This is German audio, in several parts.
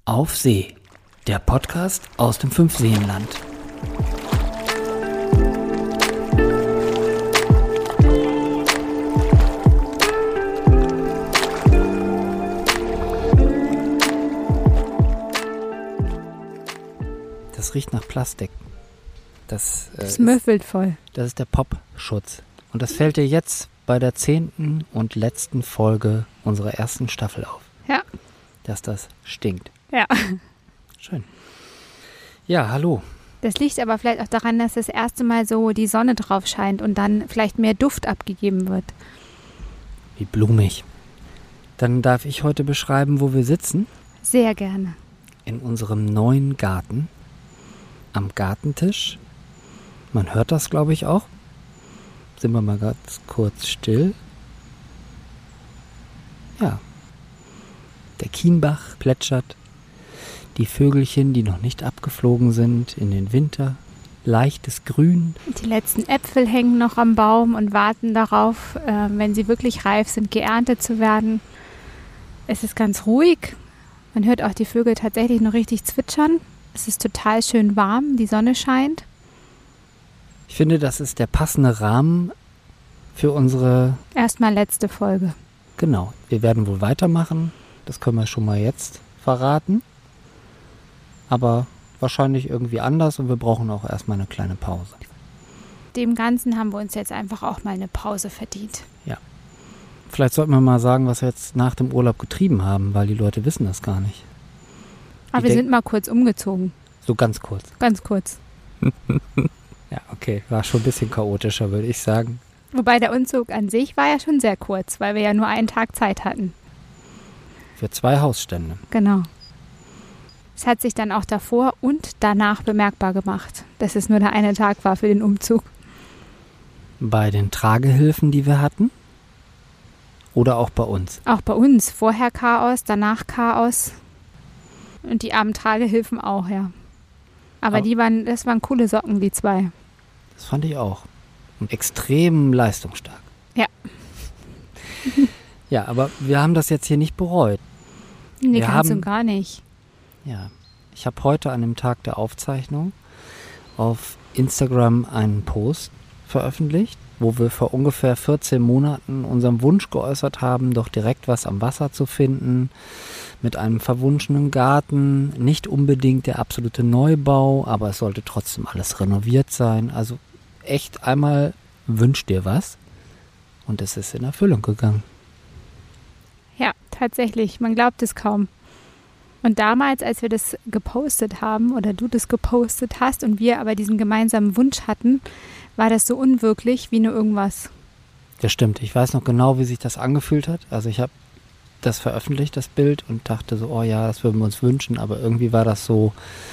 Auf See, der Podcast aus dem Fünfseenland. Das riecht nach Plastik. Das müffelt voll. Das ist der Popschutz. Und das fällt dir jetzt bei der 10. und letzten Folge unserer ersten Staffel auf. Ja. Dass das stinkt. Ja. Schön. Ja, hallo. Das liegt aber vielleicht auch daran, dass das erste Mal so die Sonne drauf scheint und dann vielleicht mehr Duft abgegeben wird. Wie blumig. Dann darf ich heute beschreiben, wo wir sitzen. Sehr gerne. In unserem neuen Garten. Am Gartentisch. Man hört das, glaube ich, auch. Sind wir mal ganz kurz still. Ja. Der Kienbach plätschert. Die Vögelchen, die noch nicht abgeflogen sind, in den Winter. Leichtes Grün. Die letzten Äpfel hängen noch am Baum und warten darauf, wenn sie wirklich reif sind, geerntet zu werden. Es ist ganz ruhig. Man hört auch die Vögel tatsächlich noch richtig zwitschern. Es ist total schön warm, die Sonne scheint. Ich finde, das ist der passende Rahmen für unsere... Erstmal letzte Folge. Genau, wir werden wohl weitermachen. Das können wir schon mal jetzt verraten. Aber wahrscheinlich irgendwie anders und wir brauchen auch erstmal eine kleine Pause. Dem Ganzen haben wir uns jetzt einfach auch mal eine Pause verdient. Ja. Vielleicht sollten wir mal sagen, was wir jetzt nach dem Urlaub getrieben haben, weil die Leute wissen das gar nicht. Aber wir sind mal kurz umgezogen. So ganz kurz. Ganz kurz. Ja, okay. War schon ein bisschen chaotischer, würde ich sagen. Wobei der Umzug an sich war ja schon sehr kurz, weil wir ja nur einen Tag Zeit hatten. Für 2 Hausstände. Genau. Es hat sich dann auch davor und danach bemerkbar gemacht, dass es nur der eine Tag war für den Umzug. Bei den Tragehilfen, die wir hatten? Oder auch bei uns? Auch bei uns. Vorher Chaos, danach Chaos. Und die armen Tragehilfen auch, ja. Aber das waren coole Socken, die 2. Das fand ich auch. Und extrem leistungsstark. Ja. Ja, aber wir haben das jetzt hier nicht bereut. Nee, ganz und gar nicht. Ja, ich habe heute an dem Tag der Aufzeichnung auf Instagram einen Post veröffentlicht, wo wir vor ungefähr 14 Monaten unseren Wunsch geäußert haben, doch direkt was am Wasser zu finden, mit einem verwunschenen Garten, nicht unbedingt der absolute Neubau, aber es sollte trotzdem alles renoviert sein. Also echt einmal wünsch dir was und es ist in Erfüllung gegangen. Ja, tatsächlich, man glaubt es kaum. Und damals, als wir das gepostet haben oder du das gepostet hast und wir aber diesen gemeinsamen Wunsch hatten, war das so unwirklich wie nur irgendwas. Das stimmt. Ich weiß noch genau, wie sich das angefühlt hat. Also ich habe das veröffentlicht, das Bild, und dachte so, oh ja, das würden wir uns wünschen, aber irgendwie war das so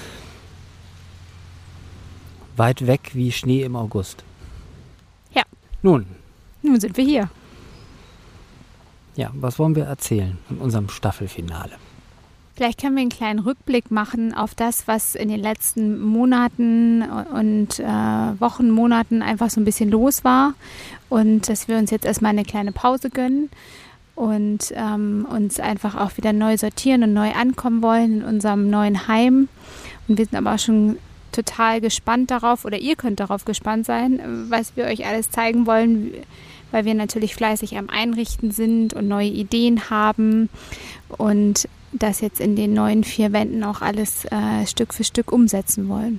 weit weg wie Schnee im August. Ja. Nun sind wir hier. Ja, was wollen wir erzählen in unserem Staffelfinale? Vielleicht können wir einen kleinen Rückblick machen auf das, was in den letzten Monaten und Wochen, Monaten einfach so ein bisschen los war. Und dass wir uns jetzt erstmal eine kleine Pause gönnen und uns einfach auch wieder neu sortieren und neu ankommen wollen in unserem neuen Heim. Und wir sind aber auch schon total gespannt darauf, oder ihr könnt darauf gespannt sein, was wir euch alles zeigen wollen, weil wir natürlich fleißig am Einrichten sind und neue Ideen haben und das jetzt in den neuen 4 Wänden auch alles Stück für Stück umsetzen wollen.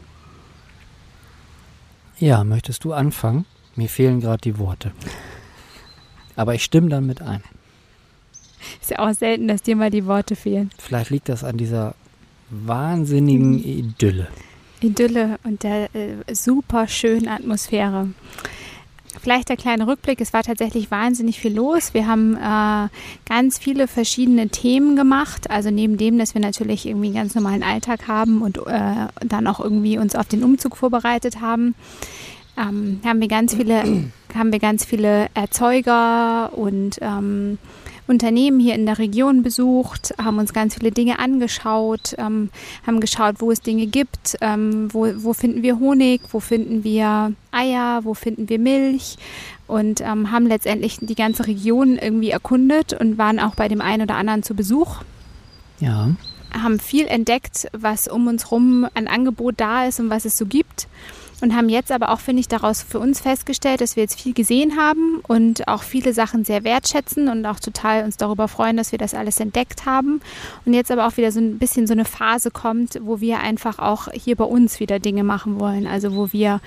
Ja, möchtest du anfangen? Mir fehlen gerade die Worte. Aber ich stimme dann mit ein. Ist ja auch selten, dass dir mal die Worte fehlen. Vielleicht liegt das an dieser wahnsinnigen Idylle. Idylle und der super schönen Atmosphäre. Vielleicht der kleine Rückblick, es war tatsächlich wahnsinnig viel los. Wir haben ganz viele verschiedene Themen gemacht. Also neben dem, dass wir natürlich irgendwie einen ganz normalen Alltag haben und dann auch irgendwie uns auf den Umzug vorbereitet haben, haben wir ganz viele Erzeuger und Unternehmen hier in der Region besucht, haben uns ganz viele Dinge angeschaut, haben geschaut, wo es Dinge gibt, wo finden wir Honig, wo finden wir Eier, wo finden wir Milch und haben letztendlich die ganze Region irgendwie erkundet und waren auch bei dem einen oder anderen zu Besuch. Ja. haben viel entdeckt, was um uns rum an Angebot da ist und was es so gibt. Und haben jetzt aber auch, finde ich, daraus für uns festgestellt, dass wir jetzt viel gesehen haben und auch viele Sachen sehr wertschätzen und auch total uns darüber freuen, dass wir das alles entdeckt haben. Und jetzt aber auch wieder so ein bisschen so eine Phase kommt, wo wir einfach auch hier bei uns wieder Dinge machen wollen. Also wo wir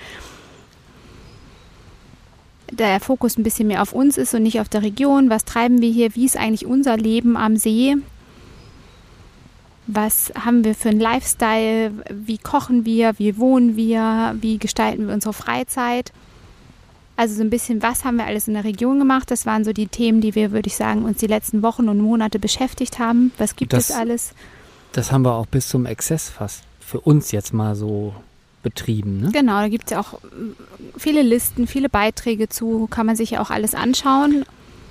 der Fokus ein bisschen mehr auf uns ist und nicht auf der Region. Was treiben wir hier? Wie ist eigentlich unser Leben am See? Was haben wir für einen Lifestyle? Wie kochen wir? Wie wohnen wir? Wie gestalten wir unsere Freizeit? Also so ein bisschen, was haben wir alles in der Region gemacht? Das waren so die Themen, die wir, würde ich sagen, uns die letzten Wochen und Monate beschäftigt haben. Was gibt es alles? Das haben wir auch bis zum Exzess fast für uns jetzt mal so betrieben, ne? Genau, da gibt es ja auch viele Listen, viele Beiträge zu, kann man sich ja auch alles anschauen.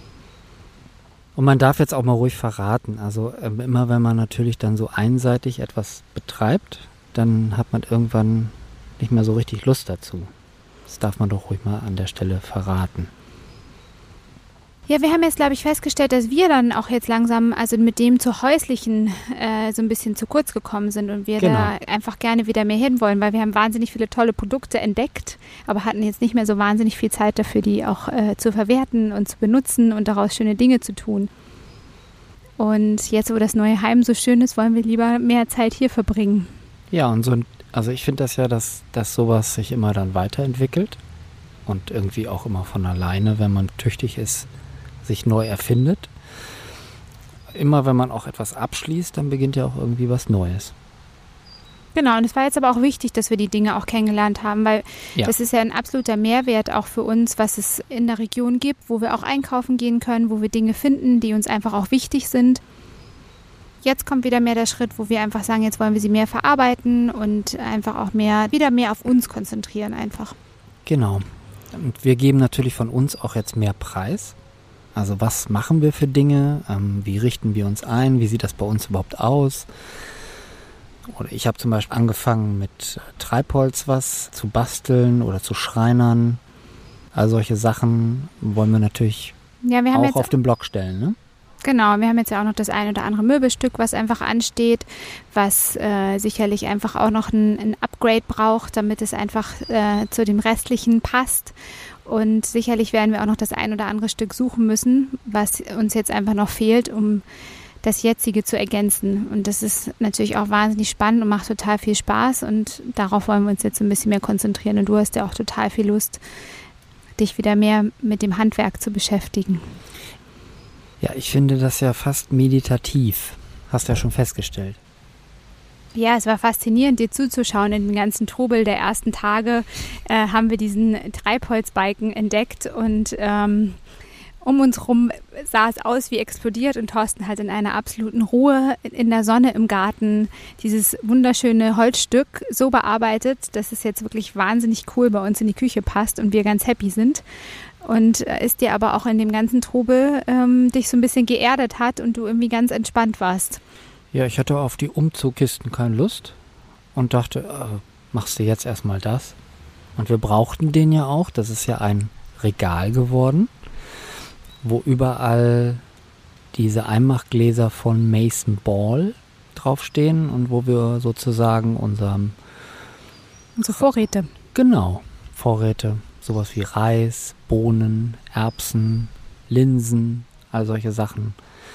Und man darf jetzt auch mal ruhig verraten, also immer wenn man natürlich dann so einseitig etwas betreibt, dann hat man irgendwann nicht mehr so richtig Lust dazu. Das darf man doch ruhig mal an der Stelle verraten. Ja, wir haben jetzt, glaube ich, festgestellt, dass wir dann auch jetzt langsam, also mit dem zu häuslichen so ein bisschen zu kurz gekommen sind und wir da einfach gerne wieder mehr hinwollen, weil wir haben wahnsinnig viele tolle Produkte entdeckt, aber hatten jetzt nicht mehr so wahnsinnig viel Zeit dafür, die auch zu verwerten und zu benutzen und daraus schöne Dinge zu tun. Und jetzt, wo das neue Heim so schön ist, wollen wir lieber mehr Zeit hier verbringen. Ja, und also ich finde das ja, dass sowas sich immer dann weiterentwickelt und irgendwie auch immer von alleine, wenn man tüchtig ist, sich neu erfindet. Immer wenn man auch etwas abschließt, dann beginnt ja auch irgendwie was Neues. Genau, und es war jetzt aber auch wichtig, dass wir die Dinge auch kennengelernt haben, weil das ist ja ein absoluter Mehrwert auch für uns, was es in der Region gibt, wo wir auch einkaufen gehen können, wo wir Dinge finden, die uns einfach auch wichtig sind. Jetzt kommt wieder mehr der Schritt, wo wir einfach sagen, jetzt wollen wir sie mehr verarbeiten und einfach auch wieder mehr auf uns konzentrieren einfach. Genau. Und wir geben natürlich von uns auch jetzt mehr Preis. Also was machen wir für Dinge? Wie richten wir uns ein? Wie sieht das bei uns überhaupt aus? Oder ich habe zum Beispiel angefangen mit Treibholz was zu basteln oder zu schreinern. All solche Sachen wollen wir natürlich auch auf den Blog stellen, ne? Genau, wir haben jetzt ja auch noch das ein oder andere Möbelstück, was einfach ansteht, was sicherlich einfach auch noch ein Upgrade braucht, damit es einfach zu dem Restlichen passt. Und sicherlich werden wir auch noch das ein oder andere Stück suchen müssen, was uns jetzt einfach noch fehlt, um das Jetzige zu ergänzen. Und das ist natürlich auch wahnsinnig spannend und macht total viel Spaß. Und darauf wollen wir uns jetzt ein bisschen mehr konzentrieren. Und du hast ja auch total viel Lust, dich wieder mehr mit dem Handwerk zu beschäftigen. Ja, ich finde das ja fast meditativ. Hast du ja schon festgestellt. Ja, es war faszinierend, dir zuzuschauen. In den ganzen Trubel der ersten Tage haben wir diesen Treibholzbalken entdeckt und um uns rum sah es aus wie explodiert und Thorsten halt in einer absoluten Ruhe in der Sonne im Garten dieses wunderschöne Holzstück so bearbeitet, dass es jetzt wirklich wahnsinnig cool bei uns in die Küche passt und wir ganz happy sind. Und es dir aber auch in dem ganzen Trubel dich so ein bisschen geerdet hat und du irgendwie ganz entspannt warst. Ja, ich hatte auf die Umzugkisten keine Lust und dachte, machst du jetzt erstmal das? Und wir brauchten den ja auch. Das ist ja ein Regal geworden, wo überall diese Einmachgläser von Mason Ball draufstehen und wo wir sozusagen unsere Vorräte. Genau, Vorräte. Sowas wie Reis, Bohnen, Erbsen, Linsen, all solche Sachen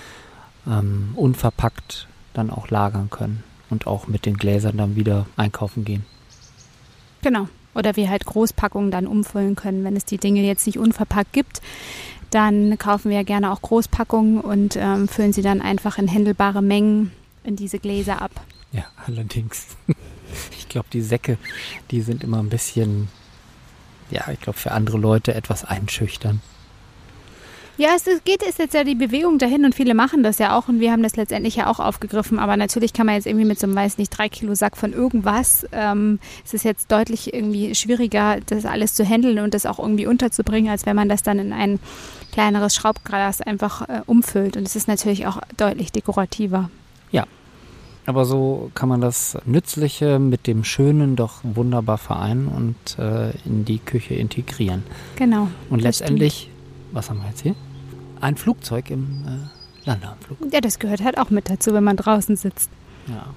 unverpackt dann auch lagern können und auch mit den Gläsern dann wieder einkaufen gehen. Genau. Oder wir halt Großpackungen dann umfüllen können. Wenn es die Dinge jetzt nicht unverpackt gibt, dann kaufen wir ja gerne auch Großpackungen und füllen sie dann einfach in händelbare Mengen in diese Gläser ab. Ja, allerdings. Ich glaube, die Säcke, die sind immer ein bisschen, ja, ich glaube, für andere Leute etwas einschüchtern. Ja, ist jetzt ja die Bewegung dahin und viele machen das ja auch und wir haben das letztendlich ja auch aufgegriffen, aber natürlich kann man jetzt irgendwie mit so einem, weiß nicht, 3 Kilo Sack von irgendwas, es ist jetzt deutlich irgendwie schwieriger, das alles zu handeln und das auch irgendwie unterzubringen, als wenn man das dann in ein kleineres Schraubglas einfach umfüllt und es ist natürlich auch deutlich dekorativer. Ja, aber so kann man das Nützliche mit dem Schönen doch wunderbar vereinen und in die Küche integrieren. Genau. Und letztendlich, was haben wir jetzt hier? Ein Flugzeug im Landeanflug. Ja, das gehört halt auch mit dazu, wenn man draußen sitzt. Ja.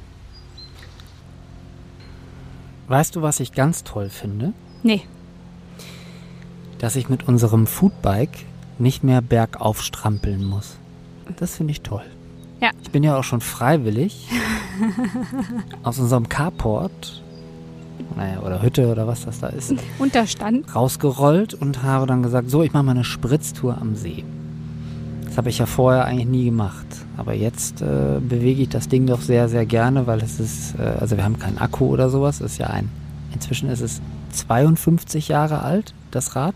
Weißt du, was ich ganz toll finde? Nee. Dass ich mit unserem Foodbike nicht mehr bergauf strampeln muss. Das finde ich toll. Ja. Ich bin ja auch schon freiwillig aus unserem Carport, oder Hütte oder was das da ist, Unterstand. rausgerollt und habe dann gesagt, so, ich mache mal eine Spritztour am See. Das habe ich ja vorher eigentlich nie gemacht. Aber jetzt bewege ich das Ding doch sehr, sehr gerne, weil es ist, also wir haben keinen Akku oder sowas. Es ist ja inzwischen ist es 52 Jahre alt, das Rad.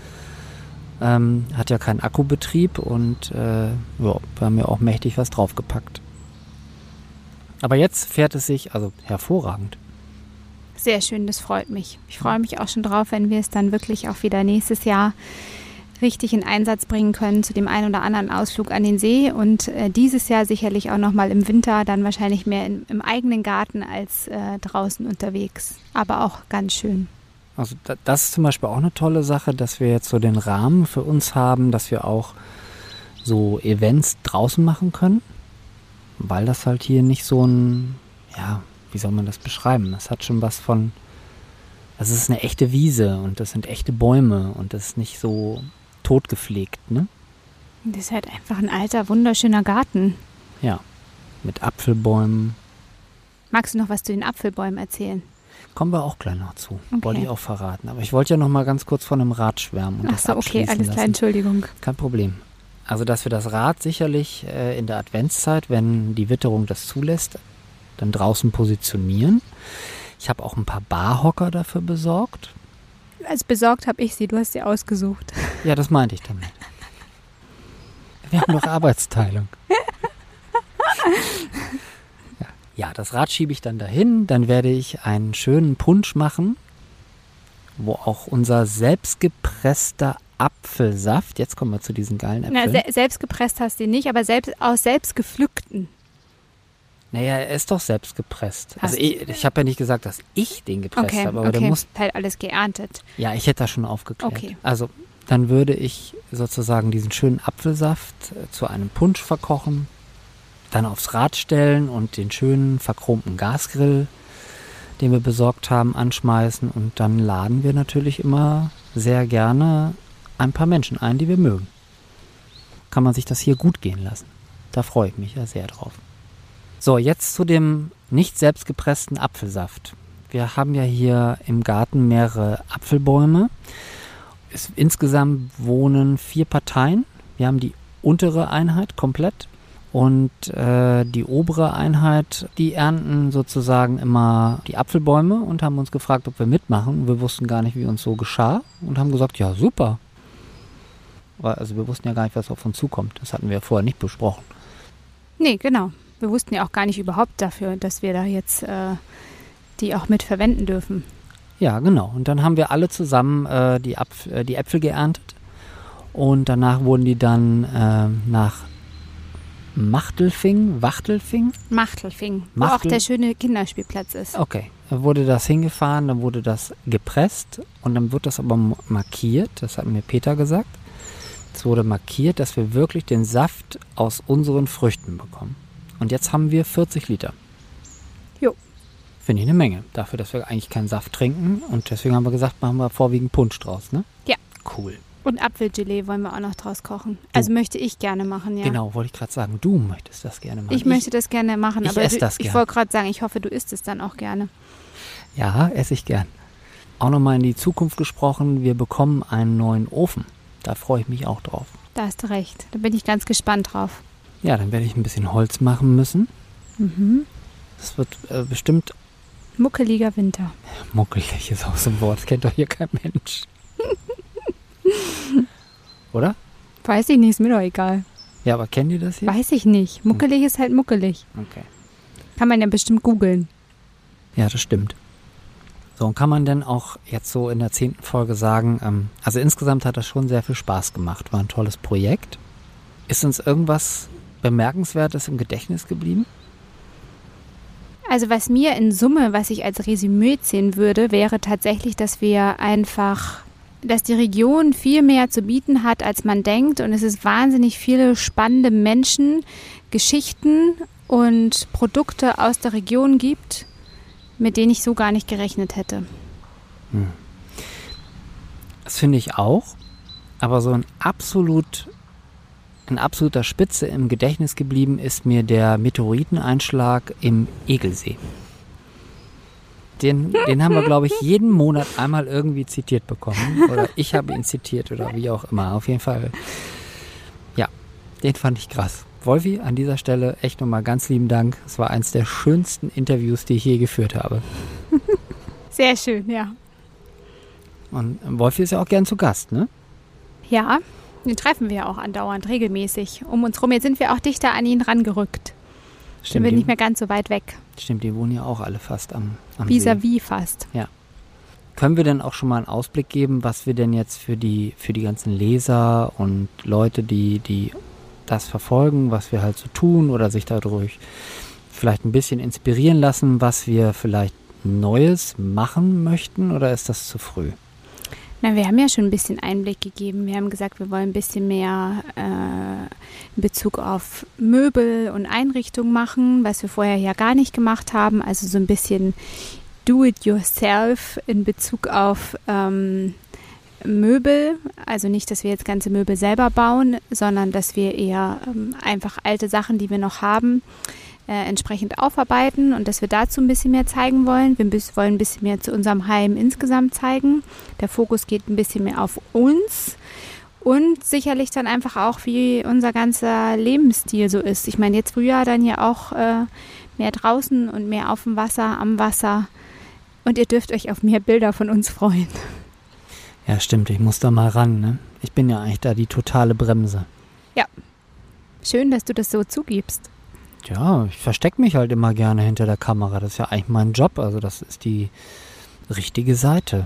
Hat ja keinen Akkubetrieb und wir haben ja auch mächtig was draufgepackt. Aber jetzt fährt es sich also hervorragend. Sehr schön, das freut mich. Ich freue mich auch schon drauf, wenn wir es dann wirklich auch wieder nächstes Jahr richtig in Einsatz bringen können zu dem einen oder anderen Ausflug an den See und dieses Jahr sicherlich auch nochmal im Winter, dann wahrscheinlich mehr im eigenen Garten als draußen unterwegs. Aber auch ganz schön. Also das ist zum Beispiel auch eine tolle Sache, dass wir jetzt so den Rahmen für uns haben, dass wir auch so Events draußen machen können, weil das halt hier nicht so ein, ja, wie soll man das beschreiben? Das hat schon was von, also es ist eine echte Wiese und das sind echte Bäume und das ist nicht so totgepflegt, ne? Das ist halt einfach ein alter, wunderschöner Garten. Ja, mit Apfelbäumen. Magst du noch was zu den Apfelbäumen erzählen? Kommen wir auch gleich noch zu. Okay. Wollte ich auch verraten. Aber ich wollte ja noch mal ganz kurz von einem Rad schwärmen. Und Ach so, okay, alles klar, Entschuldigung. Kein Problem. Also, dass wir das Rad sicherlich in der Adventszeit, wenn die Witterung das zulässt, dann draußen positionieren. Ich habe auch ein paar Barhocker dafür besorgt. Also besorgt habe ich sie, du hast sie ausgesucht. Ja, das meinte ich damit. Wir haben doch Arbeitsteilung. Ja, das Rad schiebe ich dann dahin. Dann werde ich einen schönen Punsch machen, wo auch unser selbstgepresster Apfelsaft, jetzt kommen wir zu diesen geilen Äpfeln. Na, selbst gepresst hast du ihn nicht, aber aus selbst gepflückten. Naja, er ist doch selbst gepresst. Also ich habe ja nicht gesagt, dass ich den gepresst habe, aber okay. der muss halt alles geerntet. Ja, ich hätte das schon aufgeklärt. Okay. Also dann würde ich sozusagen diesen schönen Apfelsaft zu einem Punsch verkochen, dann aufs Rad stellen und den schönen verchromten Gasgrill, den wir besorgt haben, anschmeißen und dann laden wir natürlich immer sehr gerne ein paar Menschen ein, die wir mögen. Kann man sich das hier gut gehen lassen. Da freue ich mich ja sehr drauf. So, jetzt zu dem nicht selbstgepressten Apfelsaft. Wir haben ja hier im Garten mehrere Apfelbäume. Insgesamt wohnen 4 Parteien. Wir haben die untere Einheit komplett und die obere Einheit, die ernten sozusagen immer die Apfelbäume und haben uns gefragt, ob wir mitmachen. Wir wussten gar nicht, wie uns so geschah und haben gesagt, ja super. Also wir wussten ja gar nicht, was auf uns zukommt. Das hatten wir vorher nicht besprochen. Nee, genau. Wir wussten ja auch gar nicht überhaupt dafür, dass wir da jetzt die auch mit verwenden dürfen. Ja, genau. Und dann haben wir alle zusammen die Äpfel geerntet. Und danach wurden die dann nach Machtelfing, wo auch der schöne Kinderspielplatz ist. Okay, dann wurde das hingefahren, dann wurde das gepresst und dann wird das aber markiert, das hat mir Peter gesagt. Es wurde markiert, dass wir wirklich den Saft aus unseren Früchten bekommen. Und jetzt haben wir 40 Liter. Jo. Finde ich eine Menge, dafür, dass wir eigentlich keinen Saft trinken. Und deswegen haben wir gesagt, machen wir vorwiegend Punsch draus, ne? Ja. Cool. Und Apfelgelee wollen wir auch noch draus kochen. Also möchte ich gerne machen, ja. Genau, wollte ich gerade sagen. Du möchtest das gerne machen. Ich möchte das gerne machen, aber esse das gerne. Ich wollte gerade sagen, ich hoffe, du isst es dann auch gerne. Ja, esse ich gern. Auch nochmal in die Zukunft gesprochen, wir bekommen einen neuen Ofen. Da freue ich mich auch drauf. Da hast du recht. Da bin ich ganz gespannt drauf. Ja, dann werde ich ein bisschen Holz machen müssen. Mhm. Das wird bestimmt... Muckeliger Winter. Muckelig ist auch so ein Wort. Das kennt doch hier kein Mensch. Oder? Weiß ich nicht, ist mir doch egal. Ja, aber kennt ihr das hier? Weiß ich nicht. Muckelig ist halt muckelig. Okay. Kann man ja bestimmt googeln. Ja, das stimmt. So, und kann man denn auch jetzt so in der 10. Folge sagen, also insgesamt hat das schon sehr viel Spaß gemacht. War ein tolles Projekt. Ist uns irgendwas Bemerkenswertes im Gedächtnis geblieben? Also was mir in Summe, was ich als Resümee ziehen würde, wäre tatsächlich, dass die Region viel mehr zu bieten hat, als man denkt. Und es ist wahnsinnig viele spannende Menschen, Geschichten und Produkte aus der Region gibt, mit denen ich so gar nicht gerechnet hätte. Das finde ich auch, aber so in absoluter Spitze im Gedächtnis geblieben ist mir der Meteoriteneinschlag im Egelsee. Den haben wir, glaube ich, jeden Monat einmal irgendwie zitiert bekommen. Oder ich habe ihn zitiert oder wie auch immer. Auf jeden Fall, ja, den fand ich krass. Wolfi, an dieser Stelle echt nochmal ganz lieben Dank. Es war eins der schönsten Interviews, die ich je geführt habe. Sehr schön, ja. Und Wolfi ist ja auch gern zu Gast, ne? Ja, den treffen wir auch andauernd, regelmäßig. Um uns rum. Jetzt sind wir auch dichter an ihn rangerückt. Sind wir nicht mehr ganz so weit weg. Stimmt, die wohnen ja auch alle fast am Vis-à-vis fast. Ja. Können wir denn auch schon mal einen Ausblick geben, was wir denn jetzt für die ganzen Leser und Leute, die das verfolgen, was wir halt so tun oder sich dadurch vielleicht ein bisschen inspirieren lassen, was wir vielleicht Neues machen möchten, oder ist das zu früh? Na, wir haben ja schon ein bisschen Einblick gegeben. Wir haben gesagt, wir wollen ein bisschen mehr in Bezug auf Möbel und Einrichtungen machen, was wir vorher ja gar nicht gemacht haben. Also so ein bisschen Do-it-yourself in Bezug auf Möbel. Also nicht, dass wir jetzt ganze Möbel selber bauen, sondern dass wir eher einfach alte Sachen, die wir noch haben, entsprechend aufarbeiten und dass wir dazu ein bisschen mehr zeigen wollen. Wir wollen ein bisschen mehr zu unserem Heim insgesamt zeigen. Der Fokus geht ein bisschen mehr auf uns und sicherlich dann einfach auch, wie unser ganzer Lebensstil so ist. Ich meine, jetzt früher dann ja auch mehr draußen und mehr auf dem Wasser, am Wasser, und ihr dürft euch auf mehr Bilder von uns freuen. Ja, stimmt, ich muss da mal ran, ne? Ich bin ja eigentlich da die totale Bremse. Ja, schön, dass du das so zugibst. Ja, ich verstecke mich halt immer gerne hinter der Kamera. Das ist ja eigentlich mein Job. Also das ist die richtige Seite.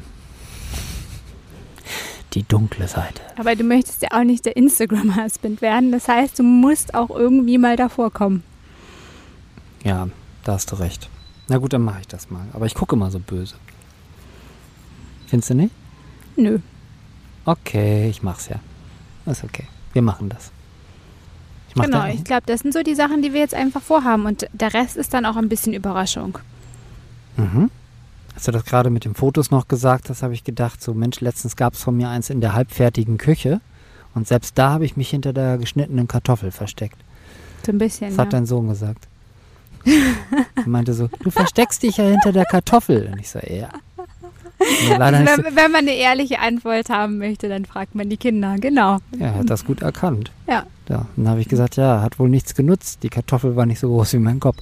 Die dunkle Seite. Aber du möchtest ja auch nicht der Instagram-Husband werden. Das heißt, du musst auch irgendwie mal davor kommen. Ja, da hast du recht. Na gut, dann mache ich das mal. Aber ich gucke immer so böse. Findest du nicht? Nö. Okay, ich mach's ja. Ist okay. Wir machen das. Genau, ich glaube, das sind so die Sachen, die wir jetzt einfach vorhaben. Und der Rest ist dann auch ein bisschen Überraschung. Mhm. Als du das gerade mit den Fotos noch gesagt hast, habe ich gedacht, so Mensch, letztens gab es von mir eins in der halbfertigen Küche. Und selbst da habe ich mich hinter der geschnittenen Kartoffel versteckt. So ein bisschen, Das hat dein Sohn gesagt. Er meinte so, du versteckst dich ja hinter der Kartoffel. Und ich so, ja. Also, wenn man eine ehrliche Antwort haben möchte, dann fragt man die Kinder, genau. Ja, er hat das gut erkannt. Ja. Ja, dann habe ich gesagt, ja, hat wohl nichts genutzt. Die Kartoffel war nicht so groß wie mein Kopf.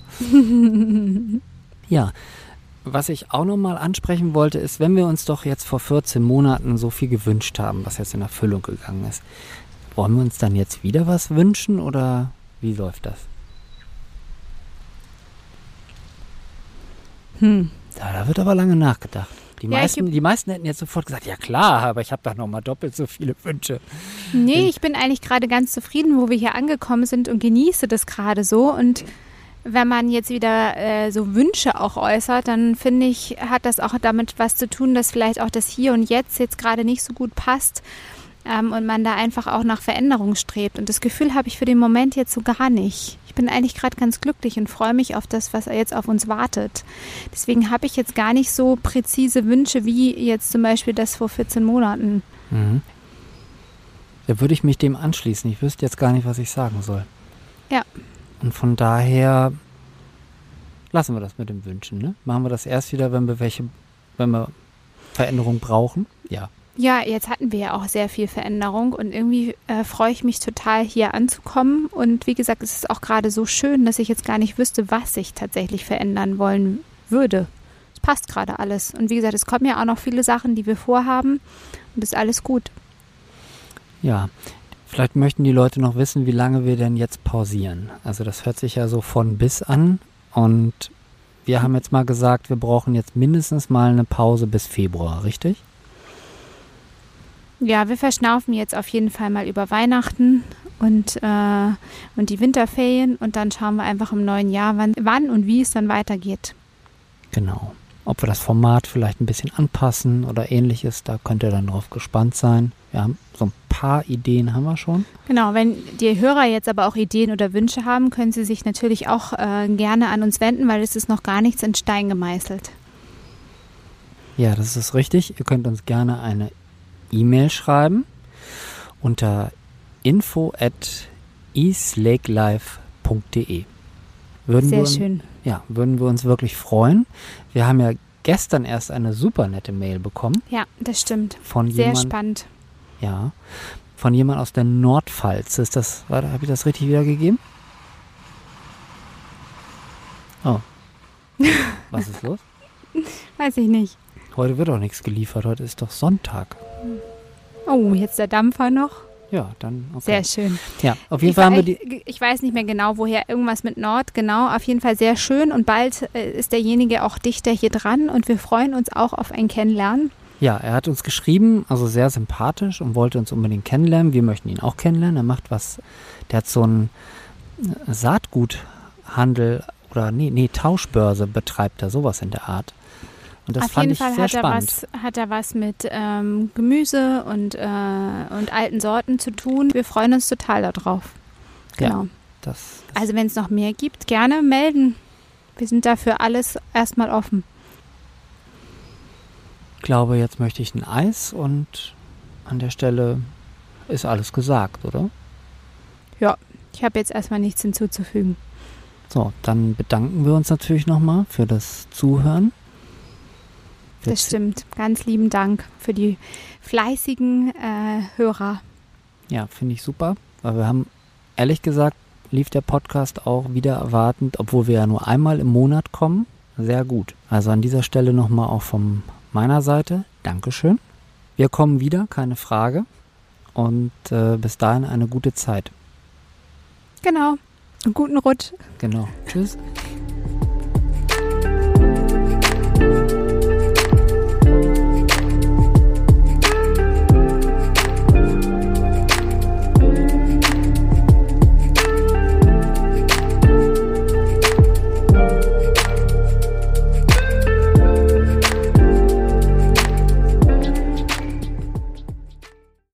Ja, was ich auch nochmal ansprechen wollte, ist, wenn wir uns doch jetzt vor 14 Monaten so viel gewünscht haben, was jetzt in Erfüllung gegangen ist, wollen wir uns dann jetzt wieder was wünschen oder wie läuft das? Da wird aber lange nachgedacht. Die meisten hätten jetzt sofort gesagt, ja klar, aber ich habe doch nochmal doppelt so viele Wünsche. Nee, ich bin eigentlich gerade ganz zufrieden, wo wir hier angekommen sind und genieße das gerade so. Und wenn man jetzt wieder so Wünsche auch äußert, dann finde ich, hat das auch damit was zu tun, dass vielleicht auch das Hier und Jetzt gerade nicht so gut passt und man da einfach auch nach Veränderung strebt. Und das Gefühl habe ich für den Moment jetzt so gar nicht. Ich bin eigentlich gerade ganz glücklich und freue mich auf das, was jetzt auf uns wartet. Deswegen habe ich jetzt gar nicht so präzise Wünsche wie jetzt zum Beispiel das vor 14 Monaten. Mhm. Da würde ich mich dem anschließen. Ich wüsste jetzt gar nicht, was ich sagen soll. Ja. Und von daher lassen wir das mit dem Wünschen, ne? Machen wir das erst wieder, wenn wir Veränderung brauchen? Ja. Ja, jetzt hatten wir ja auch sehr viel Veränderung und irgendwie freue ich mich total, hier anzukommen. Und wie gesagt, es ist auch gerade so schön, dass ich jetzt gar nicht wüsste, was ich tatsächlich verändern wollen würde. Es passt gerade alles. Und wie gesagt, es kommen ja auch noch viele Sachen, die wir vorhaben und ist alles gut. Ja, vielleicht möchten die Leute noch wissen, wie lange wir denn jetzt pausieren. Also das hört sich ja so von bis an und wir haben jetzt mal gesagt, wir brauchen jetzt mindestens mal eine Pause bis Februar, richtig? Ja, wir verschnaufen jetzt auf jeden Fall mal über Weihnachten und die Winterferien und dann schauen wir einfach im neuen Jahr, wann und wie es dann weitergeht. Genau. ob wir das Format vielleicht ein bisschen anpassen oder ähnliches. Da könnt ihr dann drauf gespannt sein. Wir haben so ein paar Ideen haben wir schon. Genau, wenn die Hörer jetzt aber auch Ideen oder Wünsche haben, können sie sich natürlich auch gerne an uns wenden, weil es ist noch gar nichts in Stein gemeißelt. Ja, das ist richtig. Ihr könnt uns gerne eine E-Mail schreiben unter info@eastlakelife.de. Sehr schön. Ja, würden wir uns wirklich freuen. Wir haben ja gestern erst eine super nette Mail bekommen. Ja, das stimmt. Von Sehr jemand, spannend. Ja, von jemand aus der Nordpfalz. Habe ich das richtig wiedergegeben? Oh. Was ist los? Weiß ich nicht. Heute wird doch nichts geliefert. Heute ist doch Sonntag. Oh, jetzt der Dampfer noch. Ja, dann okay. Sehr schön. Ja, auf jeden Fall haben wir die... Ich weiß nicht mehr genau, woher. Irgendwas mit Nord, genau. Auf jeden Fall sehr schön. Und bald ist derjenige auch dichter hier dran. Und wir freuen uns auch auf ein Kennenlernen. Ja, er hat uns geschrieben, also sehr sympathisch und wollte uns unbedingt kennenlernen. Wir möchten ihn auch kennenlernen. Er macht was, der hat so einen Saatguthandel oder Tauschbörse betreibt er, sowas in der Art. Und das fand ich sehr spannend. Hat er was mit Gemüse und alten Sorten zu tun. Wir freuen uns total darauf. Genau. Ja, also wenn es noch mehr gibt, gerne melden. Wir sind dafür alles erstmal offen. Ich glaube, jetzt möchte ich ein Eis und an der Stelle ist alles gesagt, oder? Ja, ich habe jetzt erstmal nichts hinzuzufügen. So, dann bedanken wir uns natürlich nochmal für das Zuhören. Das stimmt. Ganz lieben Dank für die fleißigen Hörer. Ja, finde ich super. Weil wir haben, ehrlich gesagt, lief der Podcast auch wieder erwartend, obwohl wir ja nur einmal im Monat kommen, sehr gut. Also an dieser Stelle nochmal auch von meiner Seite, Dankeschön. Wir kommen wieder, keine Frage. Und bis dahin eine gute Zeit. Genau. Einen guten Rutsch. Genau. Tschüss.